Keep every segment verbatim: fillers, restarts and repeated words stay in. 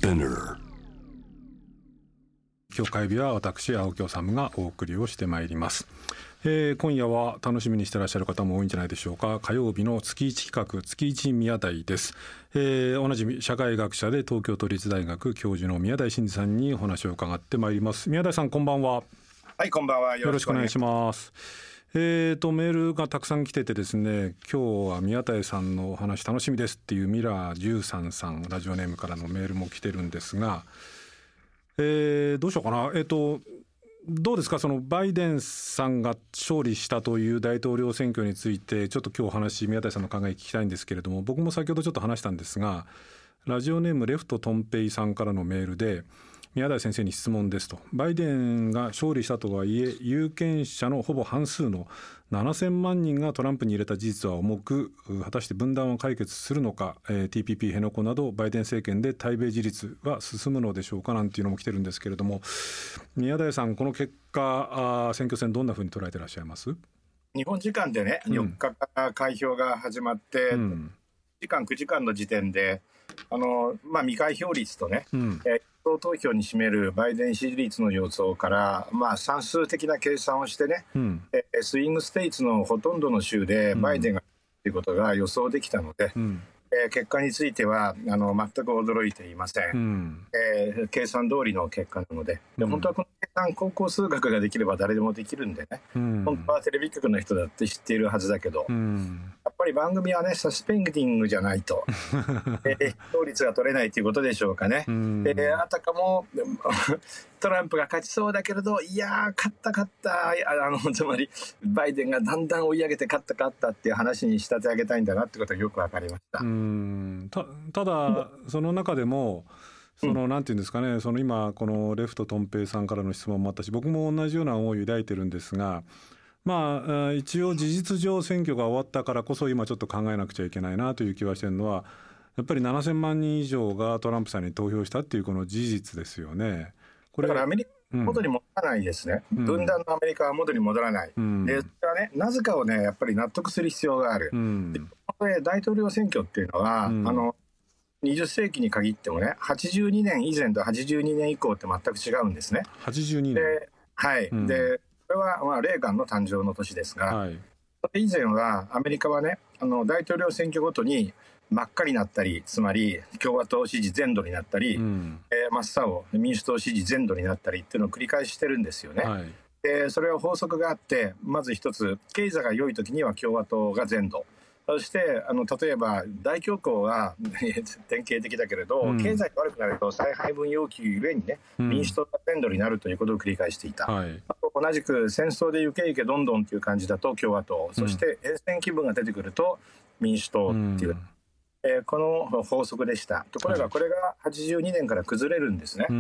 Spinner。 今日火曜日は私青木治がお送りをしてまいります。えー、今夜は楽しみにしてらっしゃる方も多いんじゃないでしょうか。火曜日の月一企画月一宮台です。えー、おなじみ社会学者で東京都立大学教授の宮台真司さんにお話を伺ってまいります。宮台さん、こんばんは。 はい、こんばんは。 よろしくお願いします。えーとメールがたくさん来ててですね、今日は宮台さんのお話楽しみですっていうミラーじゅうさんさんラジオネームからのメールも来てるんですが、えー、どうしようかな。えーとどうですか、そのバイデンさんが勝利したという大統領選挙についてちょっと今日お話、宮台さんの考え聞きたいんですけれども、僕も先ほどちょっと話したんですが、ラジオネームレフトトンペイさんからのメールで、宮台先生に質問ですと。バイデンが勝利したとはいえ有権者のほぼ半数のななせんまんにんがトランプに入れた事実は重く、果たして分断を解決するのか、えー、ティーピーピー 辺野古などバイデン政権で対米自立は進むのでしょうか、なんていうのも来てるんですけれども、宮台さん、この結果、あ選挙戦どんなふうに捉えてらっしゃいます？ 日本時間でね、よっかから開票が始まって、うん、時間くじかんの時点であの、まあ、未開票率とね、うんえー投票に占めるバイデン支持率の予想から、まあ、算数的な計算をしてね、うん、えスイングステイツのほとんどの州でバイデンがということが予想できたので、うんえー、結果についてはあの全く驚いていません、うんえー、計算通りの結果なので、で本当はこの計算高校数学ができれば誰でもできるんでね、うん、本当はテレビ局の人だって知っているはずだけど、うん、やっぱり番組はねサスペンディングじゃないと、えー、勝率が取れないということでしょうかね、うんえー、あたかもトランプが勝ちそうだけれど、いやー勝った勝ったあのつまりバイデンがだんだん追い上げて勝った勝ったっていう話に仕立て上げたいんだなってことがよく分かりました。 うんた, ただその中でもその、うん、なんていうんですかね、その今このレフトトンペイさんからの質問もあったし、僕も同じような思いを抱いてるんですが、まあ一応事実上選挙が終わったからこそ今ちょっと考えなくちゃいけないなという気はしてるのは、やっぱりななせんまんにん以上がトランプさんに投票したっていうこの事実ですよね。 これだからアメリカ元に戻らないですね、うん、分断のアメリカは元に戻らない、うん、でそれはね、なぜかをねやっぱり納得する必要がある、うん、でこれ大統領選挙っていうのは、うん、あのにじゅっせいきに限ってもね、はちじゅうにねん以前とはちじゅうにねん以降って全く違うんですね。 はちじゅうにねんで、はい、うん、でこれはまあレーガンの誕生の年ですが、はい、それ以前はアメリカはね、あの大統領選挙ごとに真っ赤になったり、つまり共和党支持全土になったり、うんえー、真っ青民主党支持全土になったりっていうのを繰り返してるんですよね、はい、でそれは法則があって、まず一つ、経済が良い時には共和党が全土、そしてあの例えば大恐慌は典型的だけれど、うん、経済が悪くなると再配分要求ゆえにね、うん、民主党が全土になるということを繰り返していた、はい、あと同じく戦争で行け行けどんどんという感じだと共和党、そして冷戦気分が出てくると民主党っていう、うんえー、この法則でした。ところがこれがはちじゅうにねんから崩れるんですね、うん、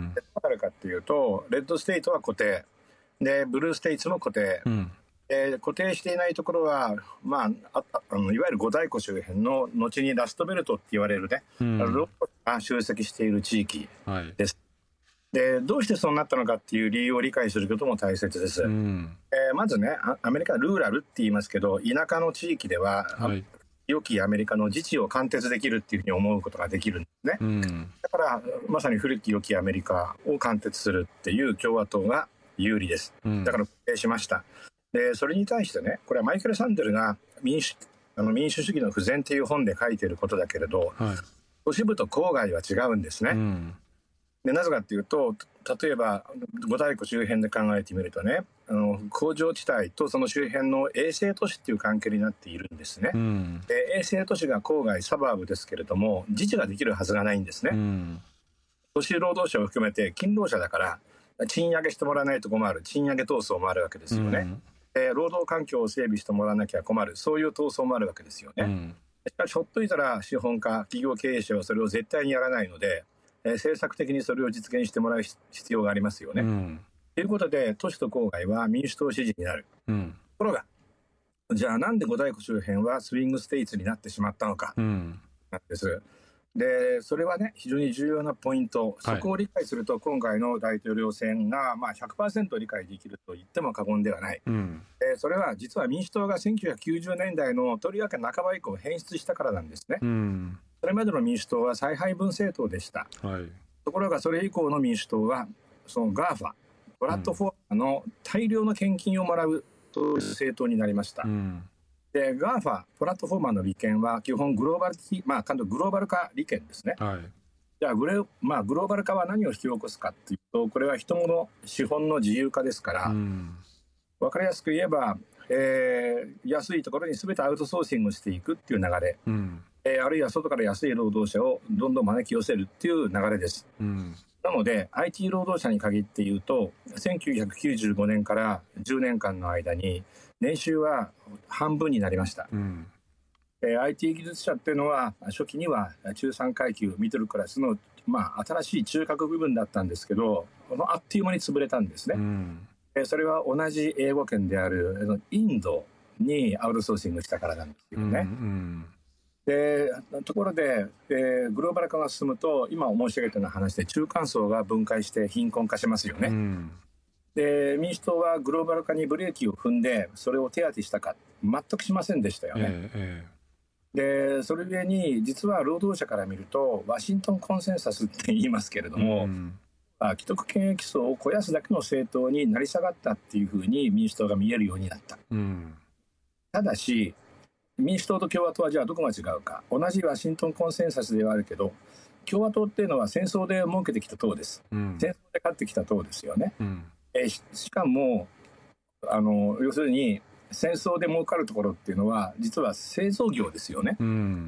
どうなるかっていうと、レッドステイトは固定で、ブルーステイツも固定、うんえー、固定していないところは、まあ、ああのいわゆる五大湖周辺の後にラストベルトって言われるね、うん、ローコが集積している地域です、はい、でどうしてそうなったのかっていう理由を理解することも大切です、うんえー、まずね、アメリカはルーラルって言いますけど、田舎の地域では、はい良きアメリカの自治を貫徹できるっていうふうに思うことができるんですね、うん、だからまさに古き良きアメリカを貫徹するっていう共和党が有利です、うん、だから決定しました。でそれに対してね、これはマイケル・サンデルが民主、あの民主主義の不全っていう本で書いていることだけれど、はい、都市部と郊外は違うんですね、うんでなぜかっていうと、例えば五大湖周辺で考えてみるとね、あの工場地帯とその周辺の衛星都市っていう関係になっているんですね、うん、で衛星都市が郊外サバーブですけれども、自治ができるはずがないんですね、うん、都市労働者を含めて勤労者だから賃上げしてもらわないと困る、賃上げ闘争もあるわけですよね、うんで労働環境を整備してもらわなきゃ困る、そういう闘争もあるわけですよね、うん、しかしほっといたら資本家企業経営者はそれを絶対にやらないので、えー、政策的にそれを実現してもらう必要がありますよね、うん、ということで都市と郊外は民主党支持になる、うん、ところがじゃあなんで五大湖周辺はスイングステイツになってしまったのか、うん、なんです。でそれはね非常に重要なポイント、そこを理解すると今回の大統領選がまあ ひゃくパーセント 理解できると言っても過言ではない、うん、でそれは実は民主党がせんきゅうひゃくきゅうじゅうねんだいのとりわけ半ば以降変質したからなんですね、うん、 それまでの民主党は再配分政党でした、はい、ところがそれ以降の民主党はその ガーファ プラットフォーマーの大量の献金をもらうという政党になりました、うん、で ガーファ プラットフォーマーの利権は基本グローバル、まあ、関東グローバル化利権ですね、はい、じゃあグレ、まあ、グローバル化は何を引き起こすかというと、これは人物資本の自由化ですから、うん、分かりやすく言えば、えー、安いところに全てアウトソーシングしていくっていう流れ、うんえー、あるいは外から安い労働者をどんどん招き寄せるっていう流れです、うん、なので アイティー 労働者に限って言うとせんきゅうひゃくきゅうじゅうごねんからじゅうねんかんの間に年収は半分になりました、うんえー、アイティー 技術者っていうのは初期には中産階級ミドルクラスの、まあ、新しい中核部分だったんですけど、あっという間に潰れたんですね、うんえー、それは同じ英語圏であるインドにアウトソーシングしたからなんですよね、うんうんでところで、えー、グローバル化が進むと今申し上げたような話で中間層が分解して貧困化しますよね、うん、で民主党はグローバル化にブレーキを踏んでそれを手当てしたか全くしませんでしたよね、えー、でそれゆえに実は労働者から見るとワシントンコンセンサスって言いますけれども、うん、既得権益層を肥やすだけの政党になり下がったっていうふうに民主党が見えるようになった、うん、ただし民主党と共和党はじゃあどこが違うか。同じワシントンコンセンサスではあるけど共和党っていうのは戦争で儲けてきた党です、うん、戦争で勝ってきた党ですよね、うんえー、し, しかもあの要するに戦争で儲かるところっていうのは実は製造業ですよね、うん、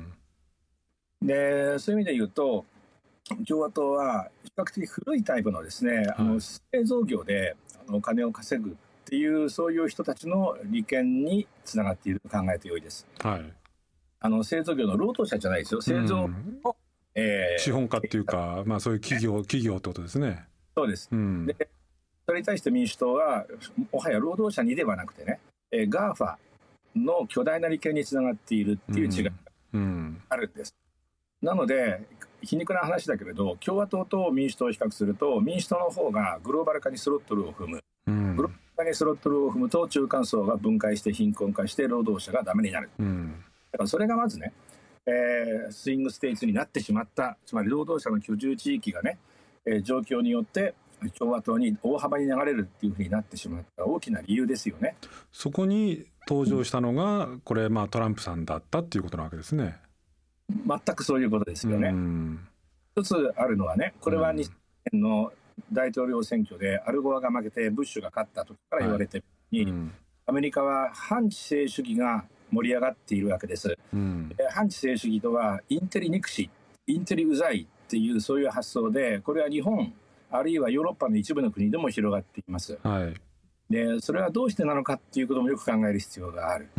でそういう意味で言うと共和党は比較的古いタイプのですね、はい、あの製造業でお金を稼ぐっていうそういう人たちの利権につながっていると考えてよいです、はい、あの製造業の労働者じゃないですよ、製造の、うんえー、資本家っていうか、まあ、そういう企業、企業ってことですね。 そうです、うん、でそれに対して民主党はもはや労働者にではなくてね、えー、ガーファ の巨大な利権につながっているっていう違いがあるんです、うんうん、なので皮肉な話だけれど共和党と民主党を比較すると民主党の方がグローバル化にスロットルを踏む、うんグローバル化にスロットルを踏むと中間層が分解して貧困化して労働者がダメになる、うん、だからそれがまずね、えー、スイングステイツになってしまった、つまり労働者の居住地域がね、えー、状況によって共和党に大幅に流れるっていうふうになってしまった大きな理由ですよね。 そこに登場したのがこれ、まあ、トランプさんだったっていうことなわけですね。 全くそういうことですよね、うん、一つあるのはね、これはにせんねんの大統領選挙でアルゴアが負けてブッシュが勝った時から言われているように、はいうん、アメリカは反知性主義が盛り上がっているわけです、うん、反知性主義とはインテリ憎し、インテリうざいっていうそういう発想で、これは日本あるいはヨーロッパの一部の国でも広がっています、はい、でそれはどうしてなのかっていうこともよく考える必要がある、うん、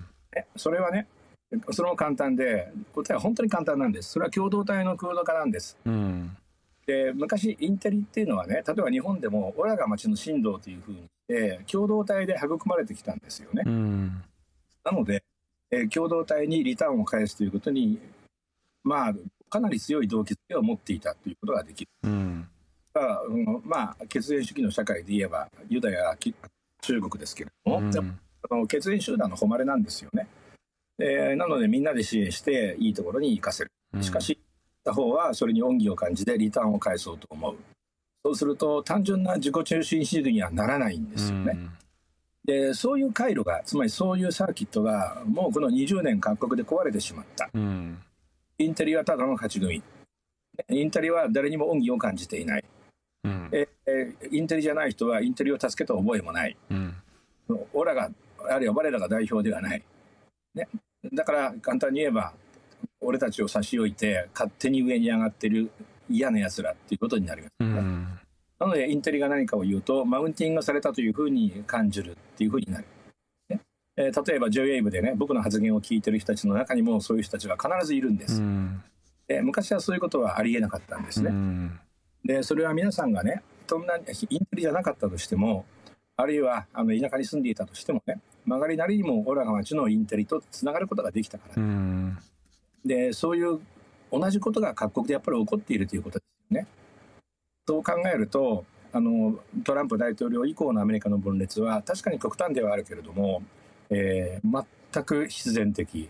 それはね、それも簡単で答えは本当に簡単なんです。それは共同体の空洞化なんです、うんで昔インテリっていうのはね、例えば日本でもオラが町の神道というふうにして共同体で育まれてきたんですよね、うん、なので、えー、共同体にリターンを返すということにまあかなり強い動機づけを持っていたということができる、うんだからうん、まあ血縁主義の社会で言えばユダヤ中国ですけれども、うん、あの血縁集団の誉れなんですよね、えー、なのでみんなで支援していいところに行かせる。しかし、うん他方はそれに恩義を感じてリターンを返そうと思う。そうすると単純な自己中心主義にはならないんですよね、うん、でそういう回路が、つまりそういうサーキットがもうこのにじゅうねん各国で壊れてしまった、うん、インテリはただの勝ち組、インテリは誰にも恩義を感じていない、うん、えインテリじゃない人はインテリを助けた覚えもない、うん、オラがあるいは我らが代表ではない、ね、だから簡単に言えば俺たちを差し置いて勝手に上に上がってる嫌なやつらっていうことになります、ね、うん、なのでインテリが何かを言うとマウンティングされたというふうに感じるっていうふうになる、ねえー、例えば ジェイウェーブ でね僕の発言を聞いてる人たちの中にもそういう人たちが必ずいるんです、うんで昔はそういうことはありえなかったんですね、うん、でそれは皆さんがねそんなインテリじゃなかったとしても、あるいはあの田舎に住んでいたとしてもね、曲がりなりにもオラが町のインテリとつながることができたから、うんでそういう同じことが各国でやっぱり起こっているということですよね。そう考えるとあのトランプ大統領以降のアメリカの分裂は確かに極端ではあるけれども、えー、全く必然的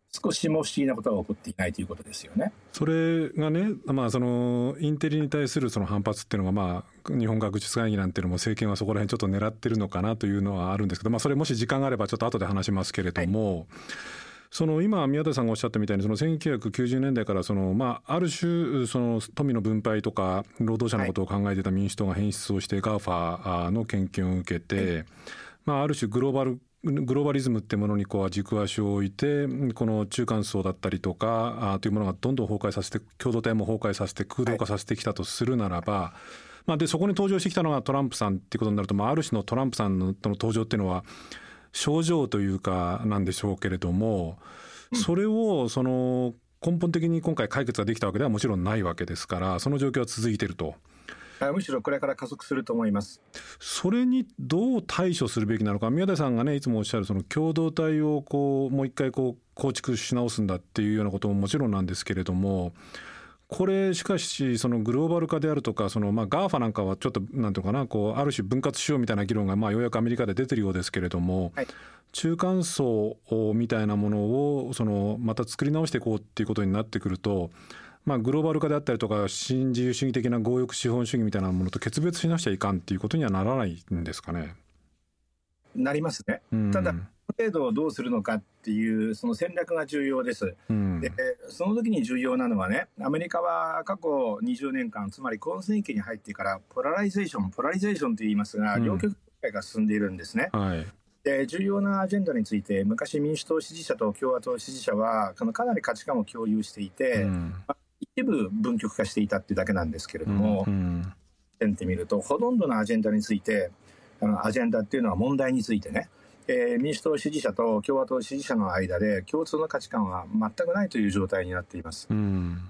少しも不思議なことが起こっていないということですよね。 それがね、まあ、そのインテリに対するその反発っていうのが、まあ、日本学術会議なんていうのも政権はそこら辺ちょっと狙ってるのかなというのはあるんですけど、まあ、それもし時間があればちょっと後で話しますけれども、はい、その今宮台さんがおっしゃったみたいにそのせんきゅうひゃくきゅうじゅうねんだいからその、まあ、ある種その富の分配とか労働者のことを考えていた民主党が変質をして ガーファ の権限を受けて、はい、まあ、ある種グローバルグローバリズムっていうものにこう軸足を置いて、この中間層だったりとかあというものがどんどん崩壊させて、共同体も崩壊させて空洞化させてきたとするならば、はい、まあ、でそこに登場してきたのがトランプさんっていうことになると、まあ、ある種のトランプさんのとの登場っていうのは症状というかなんでしょうけれども、それをその根本的に今回解決ができたわけではもちろんないわけですから、その状況は続いていると。 むしろこれから加速すると思います。 それにどう対処するべきなのか、宮台さんがねいつもおっしゃるその共同体をこうもう一回こう構築し直すんだっていうようなことももちろんなんですけれども、これしかしそのグローバル化であるとか、そのまあ ガーファ なんかはちょっとなんていうかな、こうある種分割しようみたいな議論がまあようやくアメリカで出てるようですけれども、はい、中間層みたいなものをそのまた作り直していこうっていうことになってくると、まあ、グローバル化であったりとか新自由主義的な強欲資本主義みたいなものと決別しなくちゃいかんっていうことにはならないんですかね。 なりますね、うん、ただ程度をどうするのかっていうその戦略が重要です、うん、でその時に重要なのはね、アメリカは過去にじゅうねんかん、つまり今世紀に入ってからポラライゼーションポラリゼーションと言いますが、両極化が進んでいるんですね、はい、で重要なアジェンダについて昔民主党支持者と共和党支持者はかなり価値観を共有していて、うん、まあ、一部分極化していたっていうだけなんですけれども、うんうん、見てみるとほとんどのアジェンダについて、あのアジェンダっていうのは問題についてね、えー、民主党支持者と共和党支持者の間で共通の価値観は全くないという状態になっています、うん、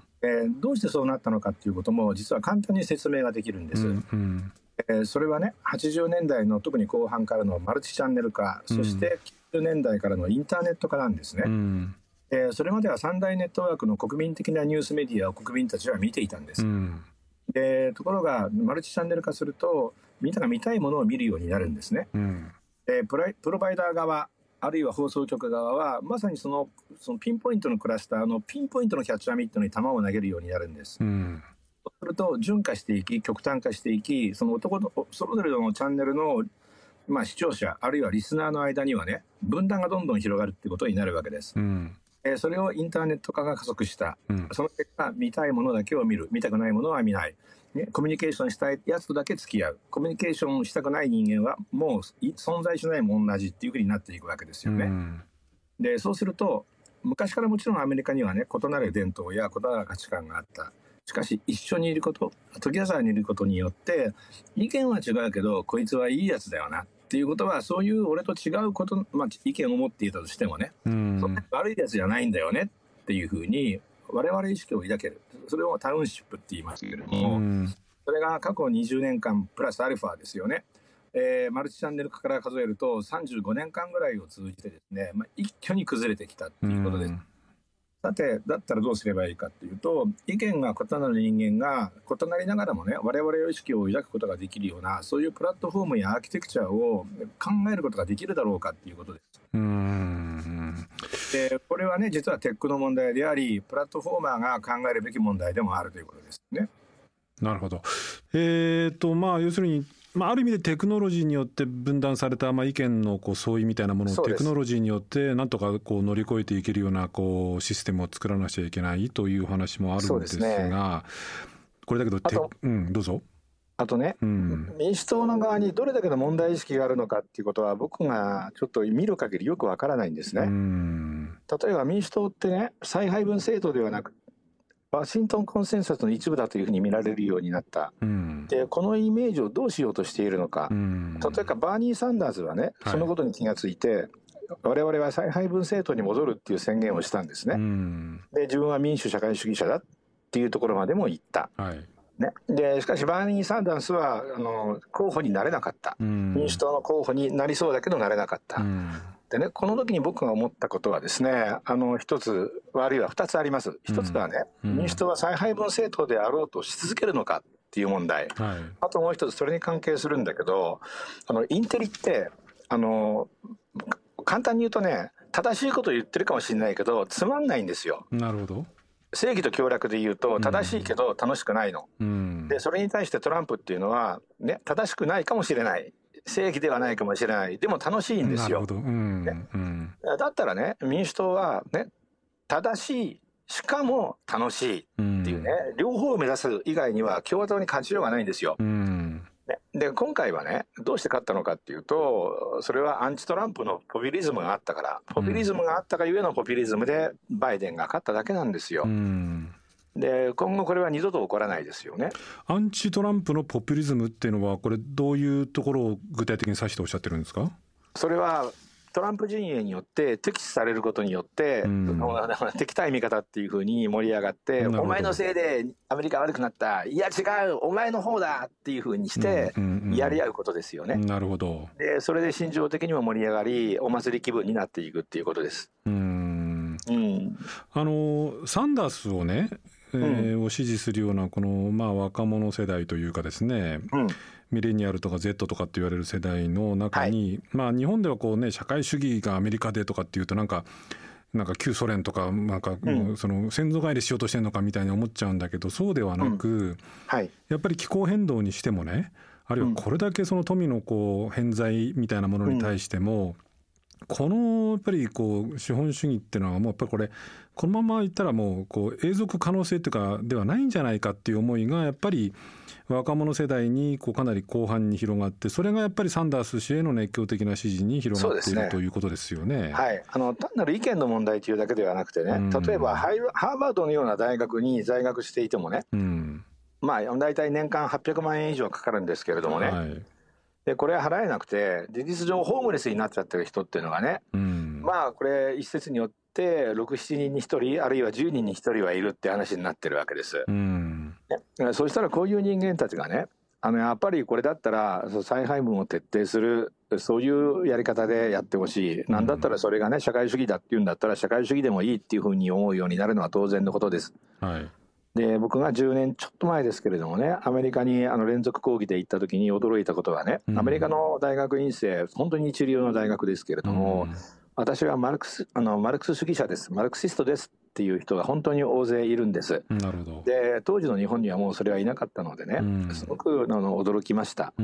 えー、どうしてそうなったのかっていうことも実は簡単に説明ができるんです、うんうん、えー、それはねはちじゅうねんだいの特に後半からのマルチチャンネル化、そしてきゅうじゅうねんだいからのインターネット化なんですね、うん、えー、それまでは三大ネットワークの国民的なニュースメディアを国民たちは見ていたんです、うん、でところがマルチチャンネル化するとみんなが見たいものを見るようになるんですね、うん、でプライプロバイダー側あるいは放送局側はまさにその、そのピンポイントのクラスターのピンポイントのキャッチャーミットに球を投げるようになるんです、うん、そうすると順化していき極端化していき、その男のそれぞれのチャンネルの、まあ、視聴者あるいはリスナーの間にはね分断がどんどん広がるってことになるわけです、うん、えー、それをインターネット化が加速した、うん、その結果見たいものだけを見る、見たくないものは見ない、ね、コミュニケーションしたいやつとだけ付き合う、コミュニケーションしたくない人間はもう存在しないも同じっていうふうになっていくわけですよね、うん、でそうすると昔からもちろんアメリカにはね異なる伝統や異なる価値観があった。しかし一緒にいること、トギャザーにいることによって意見は違うけどこいつはいいやつだよなっていうことは、そういう俺と違うこと、まあ、意見を持っていたとしてもね、うん、そんな悪いやつじゃないんだよねっていうふうに我々意識を抱ける。それをタウンシップって言いますけれども、うん、それが過去にじゅうねんかんプラスアルファですよね、えー、マルチチャンネル化から数えるとさんじゅうごねんかんぐらいを通じてですね、まあ、一挙に崩れてきたっていうことです、うん、さてだったらどうすればいいかっていうと、意見が異なる人間が異なりながらもね我々の意識を抱くことができるような、そういうプラットフォームやアーキテクチャを考えることができるだろうかっていうことです。うーん、でこれはね実はテックの問題であり、プラットフォーマーが考えるべき問題でもあるということですね。 なるほど。えーとまあ要するにまあ、ある意味でテクノロジーによって分断されたまあ意見のこう相違みたいなものをテクノロジーによってなんとかこう乗り越えていけるようなこうシステムを作らなくちゃいけないという話もあるんですが、す、ね、これだけどテうん、どうぞ。 あとね、うん、民主党の側にどれだけの問題意識があるのかっていうことは僕がちょっと見る限りよくわからないんですね。うん、例えば民主党ってね再配分政党ではなくワシントンコンセンサスの一部だというふうに見られるようになった、うん、でこのイメージをどうしようとしているのか、うん、例えばバーニー・サンダースはねそのことに気がついて、はい、我々は再配分政党に戻るっていう宣言をしたんですね、うん、で自分は民主社会主義者だっていうところまでも言った、はいね、でしかしバーニー・サンダースはあの候補になれなかった、うん、民主党の候補になりそうだけどなれなかった、うんでね、この時に僕が思ったことはですね、あの一つあるいは二つあります。一つはね、うん、民主党は再配分政党であろうとし続けるのかっていう問題、はい、あともう一つそれに関係するんだけど、あのインテリってあの簡単に言うとね正しいことを言ってるかもしれないけどつまんないんですよ。 なるほど。 正義と協力で言うと正しいけど楽しくないの、 うん、でそれに対してトランプっていうのは、ね、正しくないかもしれない、正義ではないかもしれない、でも楽しいんですよ。 なるほど、うんねうん、 だったらね、民主党は、ね、正しいしかも楽しいっていうね、うん、両方を目指す以外には共和党に勝ちようがないんですよ。うんで今回はね、どうして勝ったのかっていうと、それはアンチトランプのポピュリズムがあったから、ポピュリズムがあったがゆえのポピュリズムでバイデンが勝っただけなんですよ。うん、で今後これは二度と起こらないですよね。 アンチトランプのポピュリズムっていうのは、これどういうところを具体的に指しておっしゃってるんですか？ それはトランプ陣営によって敵視されることによって、うん、敵対味方っていうふうに盛り上がって、お前のせいでアメリカ悪くなった、いや違うお前の方だっていうふうにしてやり合うことですよね、うんうんうん、なるほど。でそれで心情的にも盛り上がり、お祭り気分になっていくっていうことです。うん、 うん、あのサンダースをね、えーうん、を支持するようなこの、まあ、若者世代というかですね、うん、ミレニアルとか Z とかって言われる世代の中に、はい、まあ日本ではこうね、社会主義がアメリカでとかっていうとなんかなんか旧ソ連とかなんかその先祖返りしようとしてるのかみたいに思っちゃうんだけど、そうではなく、うんはい、やっぱり気候変動にしてもね、あるいはこれだけその富のこう偏在みたいなものに対しても、うんこのやっぱりこう資本主義っていうのはもうやっぱりこれこのままいったらもうこう永続可能性っていうかではないんじゃないかっていう思いがやっぱり若者世代にこうかなり広範に広がって、それがやっぱりサンダース氏への熱狂的な支持に広がっている、ね、ということですよね。 はい、あの単なる意見の問題というだけではなくてね、うん、例えばハーバードのような大学に在学していてもね、うん、まあ大体年間はっぴゃくまんえん以上かかるんですけれどもね、はいでこれは払えなくて事実上ホームレスになっちゃってる人っていうのがね、うん、まあこれ一説によってろく、しちにんにひとりあるいはじゅうにんにひとりはいるって話になってるわけです、うんね、そうしたらこういう人間たちがね、あのやっぱりこれだったら再配分を徹底する、そういうやり方でやってほしい、なんだったらそれがね社会主義だっていうんだったら社会主義でもいいっていうふうに思うようになるのは当然のことです、はいで僕がじゅうねんちょっと前ですけれどもね、アメリカにあの連続講義で行った時に驚いたことはね、アメリカの大学院生本当に一流の大学ですけれども、うん、私はマルクスあのマルクス主義者です、マルクシストですっていう人が本当に大勢いるんです。なるほど。で当時の日本にはもうそれはいなかったのでね、うん、すごくあの驚きました、うん、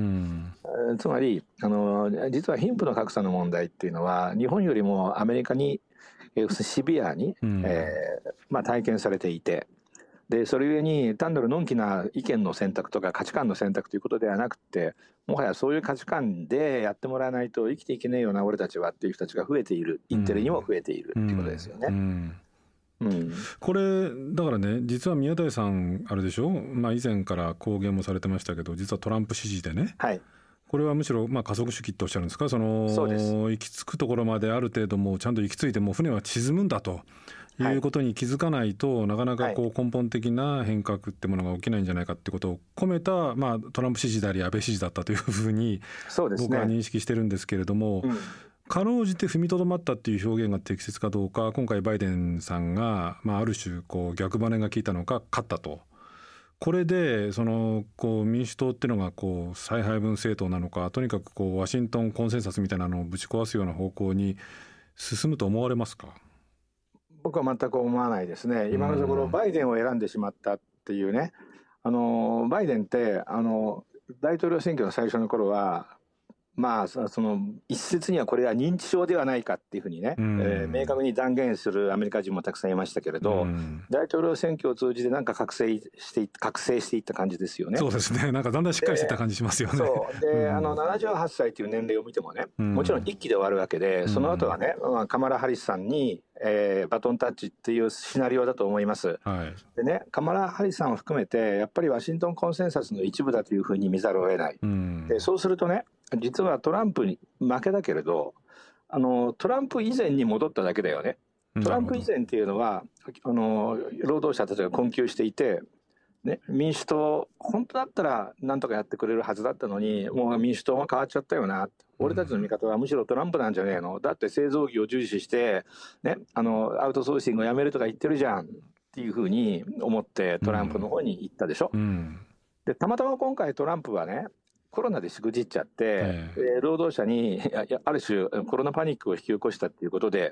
つまりあの実は貧富の格差の問題っていうのは日本よりもアメリカにシビアに、うんえーまあ、体験されていて、でそれゆえに単なるのんきな意見の選択とか価値観の選択ということではなくて、もはやそういう価値観でやってもらわないと生きていけねえよな俺たちはっていう人たちが増えている、インテリにも増えているっていうことですよね、うんうんうん、これだからね、実は宮台さんあれでしょ、まあ、以前から公言もされてましたけど、実はトランプ支持でね、はい、これはむしろまあ加速主義っておっしゃるんですか、そのそうです、行き着くところまである程度もうちゃんと行き着いてもう船は沈むんだということに気づかないと、はい、なかなかこう根本的な変革ってものが起きないんじゃないかってことを込めた、まあ、トランプ支持であり安倍支持だったというふうに僕は認識してるんですけれども、うん、かろうじて踏みとどまったっていう表現が適切かどうか、今回バイデンさんが、まあ、ある種こう逆バネが効いたのか勝ったと、これでそのこう民主党っていうのがこう再配分政党なのか、とにかくこうワシントンコンセンサスみたいなのをぶち壊すような方向に進むと思われますか？ 僕は全く思わないですね。今のところバイデンを選んでしまったっていうね、あのバイデンってあの大統領選挙の最初の頃はまあその一説にはこれは認知症ではないかっていうふうにね、えー、明確に断言するアメリカ人もたくさんいましたけれど、大統領選挙を通じてなんか覚醒して覚醒していった感じですよね。 そうですね、なんかだんだんしっかりしてた感じしますよね。 そうで、うん、あのななじゅうはっさいという年齢を見てもね、もちろん一期で終わるわけで、その後はね、まあ、カマラ・ハリスさんに、えー、バトンタッチっていうシナリオだと思います、はい、でね、カマラ・ハリスさんを含めてやっぱりワシントンコンセンサスの一部だというふうに見ざるを得ない、うん、でそうするとね、実はトランプに負けだけれど、あのトランプ以前に戻っただけだよね。トランプ以前っていうのはあの労働者たちが困窮していて、ね、民主党本当だったら何とかやってくれるはずだったのに、もう民主党は変わっちゃったよな、俺たちの味方はむしろトランプなんじゃねえの、だって製造業を重視して、ね、あのアウトソーシングをやめるとか言ってるじゃんっていうふうに思ってトランプの方に行ったでしょ、うんうん、でたまたま今回トランプはねコロナでしくじっちゃって、えー、労働者にある種コロナパニックを引き起こしたっていうことで、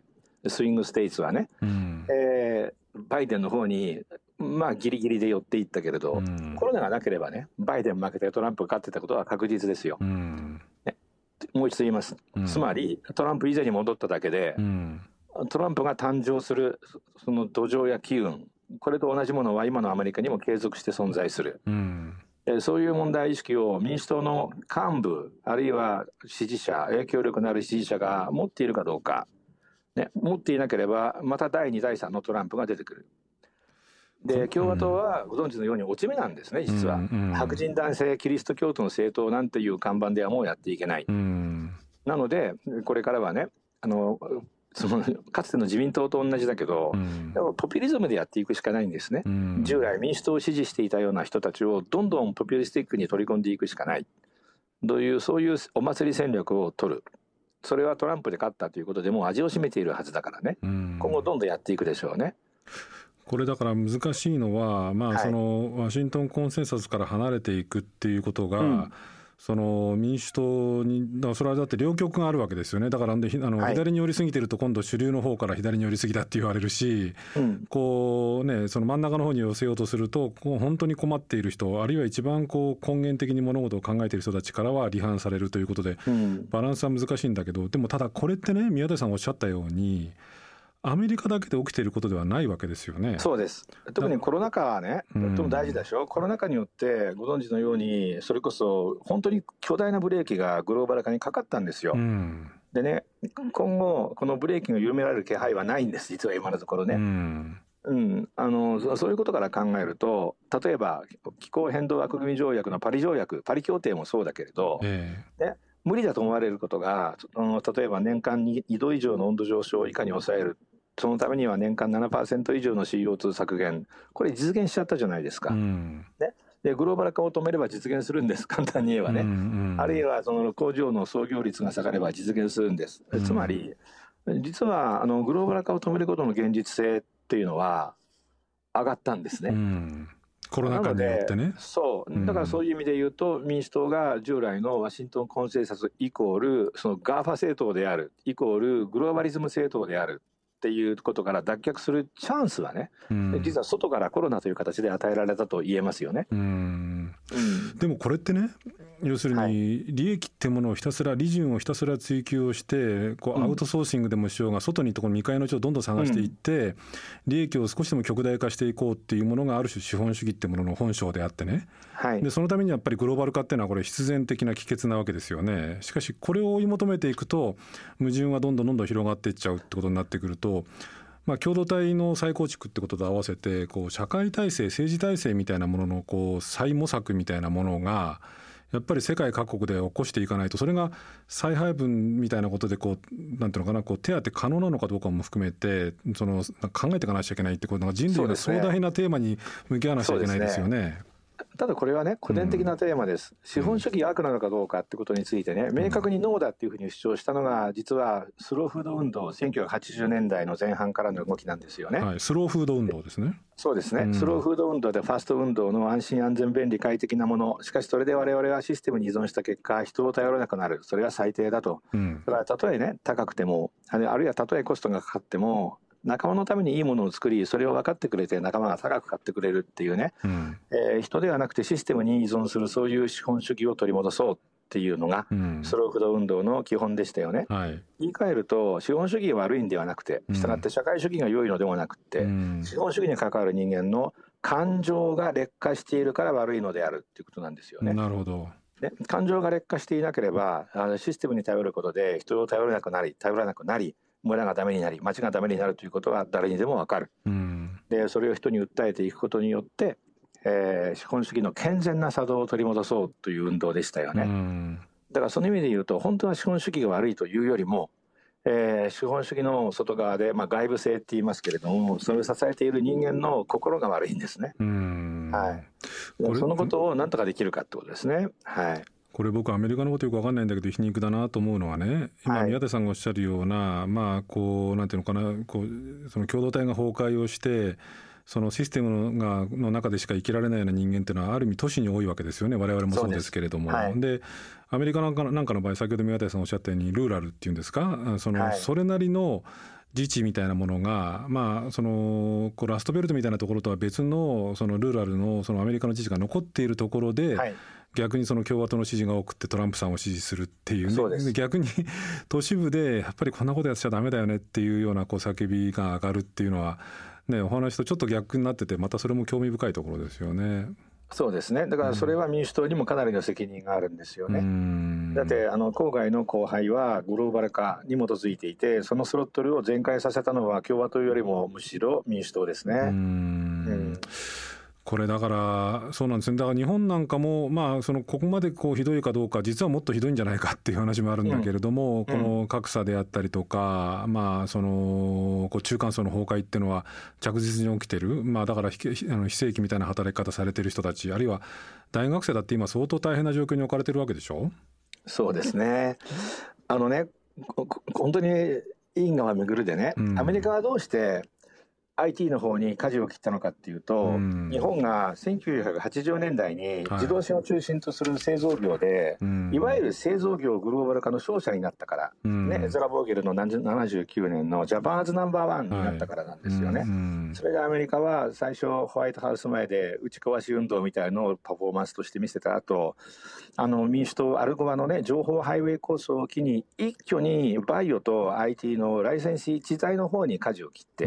スイングステイツはね、うんえー、バイデンの方にまあギリギリで寄っていったけれど、うん、コロナがなければねバイデン負けてトランプが勝ってたことは確実ですよ、うんね、もう一度言います、うん、つまりトランプ以前に戻っただけで、うん、トランプが誕生するその土壌や機運、これと同じものは今のアメリカにも継続して存在する、うんそういう問題意識を民主党の幹部あるいは支持者、影響力のある支持者が持っているかどうか、ね、持っていなければまただいにだいさんのトランプが出てくる。で共和党はご存知のように落ち目なんですね実は、うんうん、白人男性キリスト教徒の政党なんていう看板ではもうやっていけない、うん、なのでこれからはねあのそのかつての自民党と同じだけど、うん、でもポピュリズムでやっていくしかないんですね、うん、従来民主党を支持していたような人たちをどんどんポピュリスティックに取り込んでいくしかないというそういうお祭り戦略を取る。それはトランプで勝ったということでもう味を占めているはずだからね、うん、今後どんどんやっていくでしょうね。 これだから難しいのは、まあ、そのワシントンコンセンサスから離れていくっていうことが、うんその民主党にだからそれはだって両極があるわけですよね。だからであの、はい、左に寄りすぎてると今度主流の方から左に寄りすぎだって言われるし、うん、こうねその真ん中の方に寄せようとするとこう本当に困っている人あるいは一番こう根源的に物事を考えている人たちからは離反されるということで、うん、バランスは難しいんだけどでもただこれってね宮台さんおっしゃったようにアメリカだけで起きていることではないわけですよね。 そうです。特にコロナ禍はね、とても大事でしょ、うん、コロナ禍によってご存知のようにそれこそ本当に巨大なブレーキがグローバル化にかかったんですよ、うん、でね今後このブレーキが緩められる気配はないんです実は今のところね、うんうん、あのそういうことから考えると例えば気候変動枠組条約のパリ条約パリ協定もそうだけれど、えーね、無理だと思われることが例えば年間にど以上の温度上昇をいかに抑えるそのためには年間 ななパーセント 以上の シーオーツー 削減これ実現しちゃったじゃないですか、うんね、でグローバル化を止めれば実現するんです簡単に言えばね、うんうん、あるいはその工場の創業率が下がれば実現するんです、うん、つまり実はあのグローバル化を止めることの現実性っていうのは上がったんですね、うんコロナ禍によってね。 そうだからそういう意味で言うと、うん、民主党が従来のワシントンコンセンサスイコールそのガーファ政党であるイコールグローバリズム政党であるっていうことから脱却するチャンスはね、うん、実は外からコロナという形で与えられたと言えますよね、うん、 うん、でもこれってね要するに利益ってものをひたすら利潤をひたすら追求をしてこうアウトソーシングでもしようが外にとこの未開の地をどんどん探していって、うん、利益を少しでも極大化していこうっていうものがある種資本主義ってものの本性であってね、はい、でそのためにやっぱりグローバル化っていうのはこれ必然的な帰結なわけですよね。しかしこれを追い求めていくと矛盾はどんどんどんどん広がっていっちゃうってことになってくるとまあ、共同体の再構築ってことと合わせてこう社会体制政治体制みたいなもののこう再模索みたいなものがやっぱり世界各国で起こしていかないとそれが再配分みたいなことでこうなんていうのかなこう手当て可能なのかどうかも含めてその考えていかなきゃいけないってことが人類の壮大なテーマに向き合わなきゃいけないですよね。 ただこれはね個人的なテーマです、うん、資本主義が悪なのかどうかってことについてね明確にノーだっていうふうに主張したのが実はスローフード運動せんきゅうひゃくはちじゅうねんだいの前半からの動きなんですよね、 はい、スローフード運動ですね。 そうですね、うん、スローフード運動でファスト運動の安心安全便利快適なものしかしそれで我々はシステムに依存した結果人を頼らなくなるそれは最低だと、うん、だからたとえね高くてもあるいはたとえコストがかかっても仲間のためにいいものを作りそれを分かってくれて仲間が高く買ってくれるっていうね、うんえー、人ではなくてシステムに依存するそういう資本主義を取り戻そうっていうのが、うん、スローフード運動の基本でしたよね、はい、言い換えると資本主義が悪いんではなくてしたがって社会主義が良いのでもなくて、うん、資本主義に関わる人間の感情が劣化しているから悪いのであるっていうことなんですよね。 なるほどね、感情が劣化していなければあのシステムに頼ることで人を頼らなくなり頼らなくなり村がダメになり町がダメになるということは誰にでも分かる、うん、でそれを人に訴えていくことによって、えー、資本主義の健全な作動を取り戻そうという運動でしたよね、うん、だからその意味で言うと本当は資本主義が悪いというよりも、えー、資本主義の外側で、まあ、外部性って言いますけれどもそれを支えている人間の心が悪いんですね、うんはい、そのことを何とかできるかってことですね。はいこれ僕アメリカのことよく分かんないんだけど皮肉だなと思うのはね今宮田さんがおっしゃるような、はい、まあこうなんていうのかなこうその共同体が崩壊をしてそのシステムがの中でしか生きられないような人間っていうのはある意味都市に多いわけですよね。我々もそうですけれども で,、はい、でアメリカなんか、なんかの場合先ほど宮田さんおっしゃったようにルーラルっていうんですかその、はい、それなりの自治みたいなものが、まあ、そのこうラストベルトみたいなところとは別のそのルーラルのそのアメリカの自治が残っているところで、はい、逆にその共和党の支持が多くってトランプさんを支持するっていうね。そうです。逆に都市部でやっぱりこんなことやっちゃダメだよねっていうようなこう叫びが上がるっていうのは、ね、お話とちょっと逆になってて、またそれも興味深いところですよね。 そうですね。だからそれは民主党にもかなりの責任があるんですよね。うん、だってあの郊外の荒廃はグローバル化に基づいていて、そのスロットルを全開させたのは共和党よりもむしろ民主党ですね。うん、うんこれだからそうなんですね。だから日本なんかも、まあ、そのここまでこうひどいかどうか、実はもっとひどいんじゃないかっていう話もあるんだけれども、うん、この格差であったりとか、まあ、そのこう中間層の崩壊っていうのは着実に起きてる、まあ、だから非あの非正規みたいな働き方されてる人たち、あるいは大学生だって今相当大変な状況に置かれてるわけでしょ。 そうですね。あのね、本当に因果は巡るでね、うん、アメリカはどうしてアイティー の方に舵を切ったのかっていうと、うん、日本がせんきゅうひゃくはちじゅうねんだいに自動車を中心とする製造業で、はい、いわゆる製造業グローバル化の勝者になったから、うん、ね、エズラ・ボーゲルのななじゅうきゅうねんのジャパンズナンバーワンになったからなんですよね、はい、うん、それがアメリカは最初ホワイトハウス前で打ち壊し運動みたいのをパフォーマンスとして見せた後、あの民主党アルゴアのね情報ハイウェイ構想を機に一挙にバイオと アイティー のライセンシー知財の方に舵を切って、うん、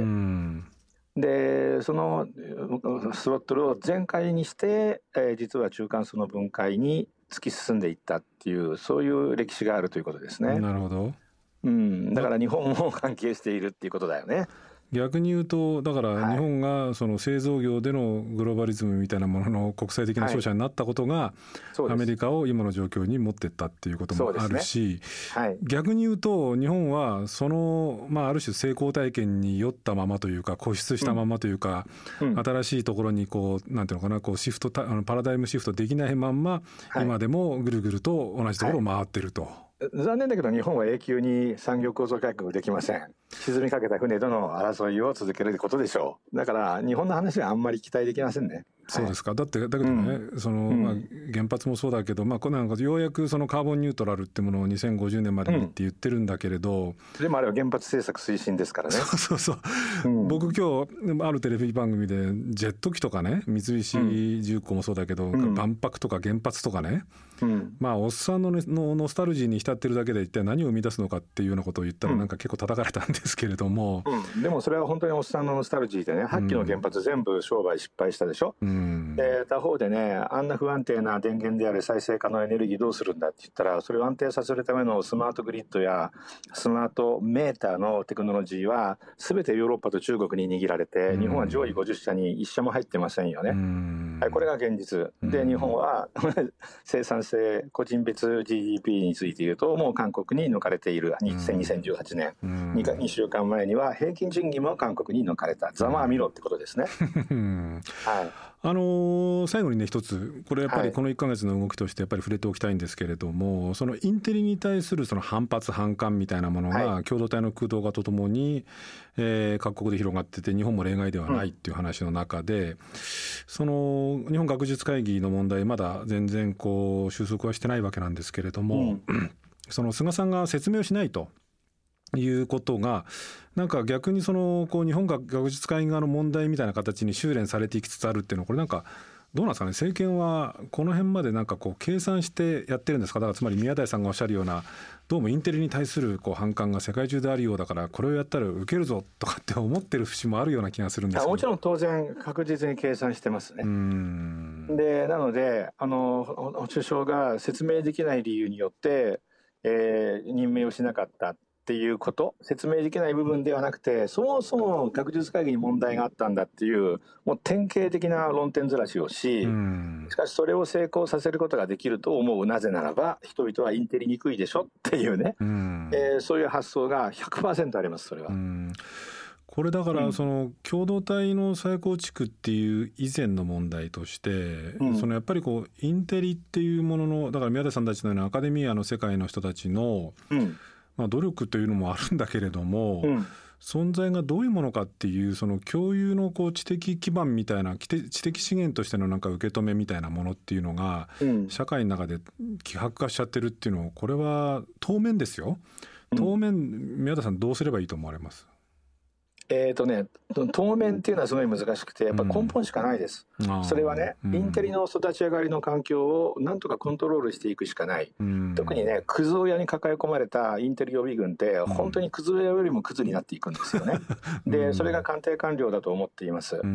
でそのスロットルを全開にして、えー、実は中間層の分解に突き進んでいったっていう、そういう歴史があるということですね。 なるほど、 うん、だから日本も関係しているっていうことだよね。 逆に言うと、だから日本がその製造業でのグローバリズムみたいなものの国際的な勝者になったことがアメリカを今の状況に持っていったっていうこともあるし、はい、逆に言うと日本はその、まあ、ある種成功体験に酔ったままというか固執したままというか、うんうん、新しいところにこうなんていうのかな、こうシフト、あのパラダイムシフトできないまんま、はい、今でもぐるぐると同じところを回ってると、はい、 残念だけど日本は永久に産業構造改革できません。沈みかけた船との争いを続けることでしょう。だから日本の話はあんまり期待できませんね。 そうですか。だってだけどね、うん、そのまあ、原発もそうだけど、まあ、このなんかようやくそのカーボンニュートラルってものをにせんごじゅうねんまでにって言ってるんだけれど、 うん、でもあれは原発政策推進ですからね。 そうそうそう、うん、僕今日あるテレビ番組でジェット機とかね、三菱重工もそうだけど、うん、万博とか原発とかね、うん、まあおっさんの、ね、のノスタルジーに浸ってるだけで一体何を生み出すのかっていうようなことを言ったらなんか結構叩かれたんですけれども、 うん、でもそれは本当におっさんのノスタルジーでね、はっきの原発全部商売失敗したでしょ、うん、で他方でね、あんな不安定な電源である再生可能エネルギーどうするんだって言ったら、それを安定させるためのスマートグリッドやスマートメーターのテクノロジーは全てヨーロッパと中国に握られて、うん、日本は上位ごじゅっしゃにいっしゃも入ってませんよね、うん、はい、これが現実で、日本は生産性個人別 ジーディーピー について言うともう韓国に抜かれている。にせんじゅうはちねん、うん、2, にしゅうかんまえには平均賃金も韓国に抜かれた。ざまあみろってことですね、 はい、あのー、最後にね一つ、これやっぱりこのいっかげつの動きとしてやっぱり触れておきたいんですけれども、はい、そのインテリに対するその反発反感みたいなものが共同体の空洞化とともに、えー、各国で広がってて、日本も例外ではないっていう話の中で、うん、その日本学術会議の問題まだ全然こう収束はしてないわけなんですけれども、うん、その菅さんが説明をしないということがなんか逆にそのこう日本学術会議側の問題みたいな形に修練されていきつつあるっていうのは、これなんかどうなんですかね。政権はこの辺までなんかこう計算してやってるんですか。だからつまり宮台さんがおっしゃるような、どうもインテリに対するこう反感が世界中であるようだから、これをやったら受けるぞとかって思ってる節もあるような気がするんですけど。 もちろん当然確実に計算してますね。うーんでなのであの首相が説明できない理由によって、えー、任命をしなかったっていうこと、説明できない部分ではなくて、そもそも学術会議に問題があったんだっていうもう典型的な論点ずらしをし、しかしそれを成功させることができると思う。なぜならば人々はインテリにくいでしょっていうね、うえー、そういう発想が ひゃくパーセント あります。それはうんこれだからその共同体の再構築っていう以前の問題として、うん、そのやっぱりこうインテリっていうものの、だから宮台さんたちのようなアカデミアの世界の人たちの、うんまあ、努力というのもあるんだけれども、うん、存在がどういうものかっていうその共有のこう知的基盤みたいな知的資源としてのなんか受け止めみたいなものっていうのが、うん、社会の中で希薄化しちゃってるっていうのを、これは当面ですよ、当面宮田さんどうすればいいと思われます？ えーとね、当面っていうのはすごい難しくて、やっぱ根本しかないです、うん、それはね、インテリの育ち上がりの環境をなんとかコントロールしていくしかない、うん、特にね、クズ親に抱え込まれたインテリ予備軍って本当にクズ親よりもクズになっていくんですよね、うん、でそれが官邸官僚だと思っています、うん、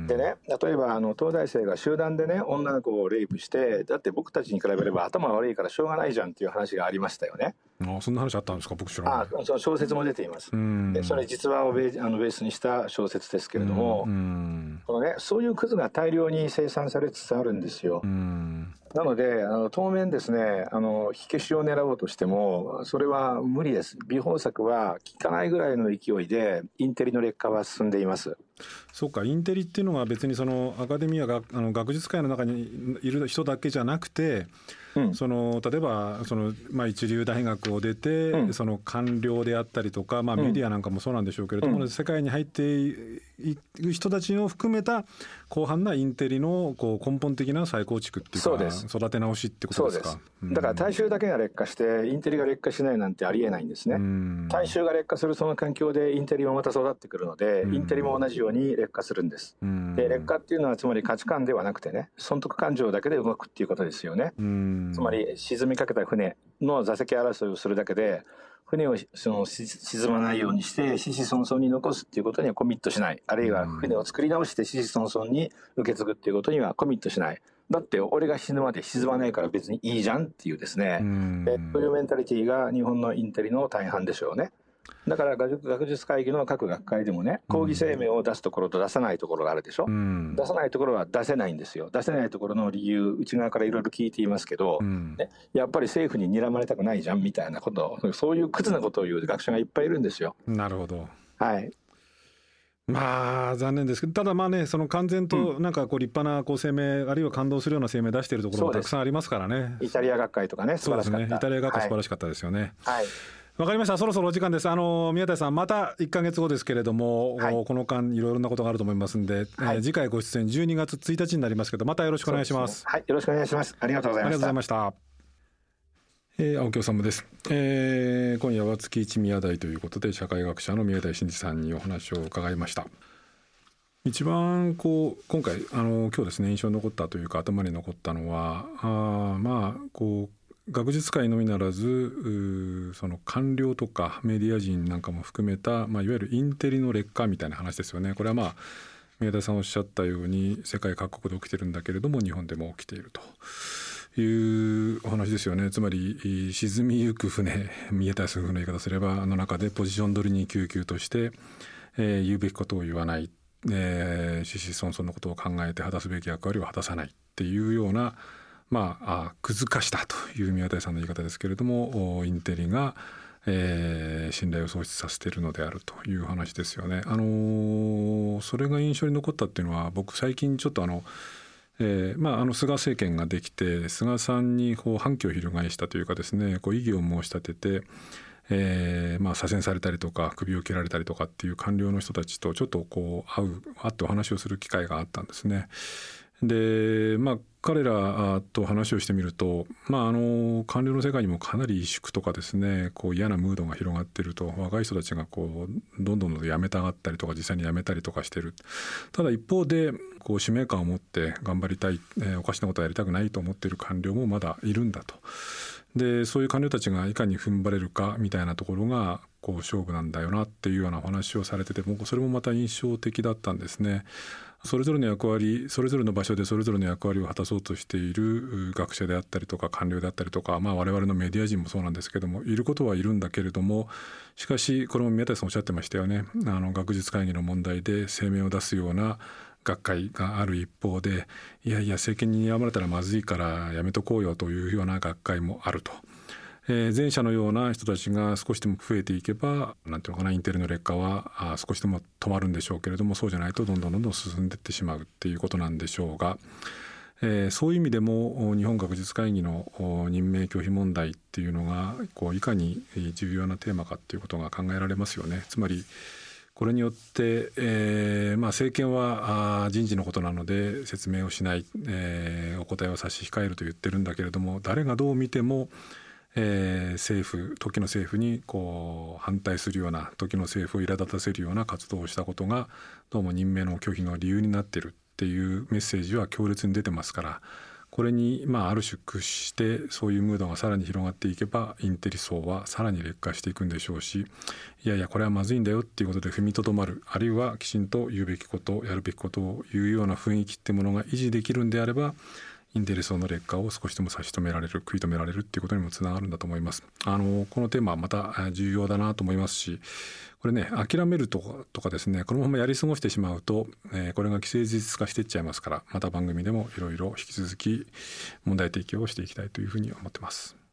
でね、例えばあの東大生が集団でね女の子をレイプして、だって僕たちに比べれば頭悪いからしょうがないじゃんっていう話がありましたよね。 あ、そんな話あったんですか？僕知らない。あ、 その小説も出ています。でそれ実話をベー、あのベースにした小説ですけれども、このね、そういうクズが大量に生産されつつあるんですよ。なのであの当面ですね、あの火消しを狙おうとしてもそれは無理です。微豊作は効かないぐらいの勢いでインテリの劣化は進んでいます。 そうか、インテリっていうのは別にそのアカデミアがあの学術界の中にいる人だけじゃなくて、うん、その例えばその、まあ、一流大学を出て、うん、その官僚であったりとか、まあ、メディアなんかもそうなんでしょうけれども、うん、世界に入っていく人たちを含めた広範なインテリのこう根本的な再構築っていうか、育て直しってことですか？ そうです。だから大衆だけが劣化してインテリが劣化しないなんてありえないんですね。大衆が劣化するその環境でインテリもまた育ってくるので、インテリも同じように劣化するんです。で劣化っていうのはつまり価値観ではなくてね、損得感情だけで動くっていうことですよね。つまり沈みかけた船の座席争いをするだけで船をその沈まないようにして子々孫々に残すっていうことにはコミットしない、あるいは船を作り直して子々孫々に受け継ぐっていうことにはコミットしない。だって俺が死ぬまで沈まないから別にいいじゃんっていうですね、そういうメンタリティーが日本のインテリの大半でしょうね。だから学術会議の各学会でもね、講義声明を出すところと出さないところがあるでしょ、うん、出さないところは出せないんですよ。出せないところの理由、内側からいろいろ聞いていますけど、うん、ね、やっぱり政府に睨まれたくないじゃんみたいなこと、そういうクズなことを言う学者がいっぱいいるんですよ。 なるほど。 はい。 まあ残念ですけど、ただまあね、その完全となんかこう立派なこう声明、あるいは感動するような声明出しているところもたくさんありますからね。 イタリア学会とかね、素晴らしかった。そうですね、 イタリア学会素晴らしかったですよね。 はい、 わかりました。そろそろお時間です。あの宮台さん、またいっかげつごですけれども、はい、この間いろいろなことがあると思いますんで、はい、えー、次回ご出演じゅうにがつついたちになりますけど、またよろしくお願いします。 そうですね、はい、よろしくお願いします。ありがとうございました。 ありがとうございました。えー、青木治です、えー、今夜は月一宮台ということで社会学者の宮台真司さんにお話を伺いました。一番こう今回あの今日ですね、印象に残ったというか頭に残ったのは、あまあこう学術界のみならずその官僚とかメディア人なんかも含めた、まあ、いわゆるインテリの劣化みたいな話ですよね。これはまあ宮台さんおっしゃったように世界各国で起きてるんだけれども日本でも起きているというお話ですよね。つまり沈みゆく船、宮台さんの言い方すればあの中でポジション取りに救急として、えー、言うべきことを言わない、えー、子々孫々のことを考えて果たすべき役割を果たさないっていうような、まあ、あくず化したという宮台さんの言い方ですけれども、インテリが、えー、信頼を喪失させているのであるという話ですよね。あのー、それが印象に残ったっていうのは、僕最近ちょっとあの、えーまあ、あの菅政権ができて菅さんにこう反旗を翻したというかですね、こう異議を申し立てて、えーまあ、左遷されたりとか首を切られたりとかっていう官僚の人たちとちょっとこう会う会ってお話をする機会があったんですね。で、まあ、彼らと話をしてみると、まあ、あの官僚の世界にもかなり萎縮とかですね、こう嫌なムードが広がっていると、若い人たちがこうどんどん辞めたがったりとか実際に辞めたりとかしている。ただ一方でこう使命感を持って頑張りたい、えー、おかしなことはやりたくないと思っている官僚もまだいるんだと。でそういう官僚たちがいかに踏ん張れるかみたいなところがこう勝負なんだよなっていうようなお話をされてて、僕それもまた印象的だったんですね。それぞれの役割、それぞれの場所でそれぞれの役割を果たそうとしている学者であったりとか官僚であったりとか、まあ、我々のメディア人もそうなんですけども、いることはいるんだけれども、しかしこれも宮台さんおっしゃってましたよね。あの学術会議の問題で声明を出すような学会がある一方で、いやいや政権に睨まれたらまずいからやめとこうよというような学会もあると。えー、前者のような人たちが少しでも増えていけば、なんていうのかな、インテリの劣化はあ少しでも止まるんでしょうけれども、そうじゃないとどんどんどんどん進んでいってしまうっていうことなんでしょうが、えー、そういう意味でも日本学術会議の任命拒否問題っていうのがこういかに重要なテーマかっていうことが考えられますよね。つまりこれによって、えーまあ、政権は人事のことなので説明をしない、えー、お答えを差し控えると言ってるんだけれども、誰がどう見てもえー、政府時の政府にこう反対するような、時の政府を苛立たせるような活動をしたことがどうも任命の拒否の理由になっているっていうメッセージは強烈に出てますから、これにまあある種屈してそういうムードがさらに広がっていけば、インテリ層はさらに劣化していくんでしょうし、いやいやこれはまずいんだよっていうことで踏みとどまる、あるいはきちんと言うべきこと、やるべきことを言うような雰囲気ってものが維持できるんであれば、インテリ層の劣化を少しでも差し止められる、食い止められるっていうことにもつながるんだと思います。あのこのテーマはまた重要だなと思いますし、これね、諦めるとかとかですね、このままやり過ごしてしまうと、えー、これが既成事実化していっちゃいますから、また番組でもいろいろ引き続き問題提起をしていきたいというふうに思ってます。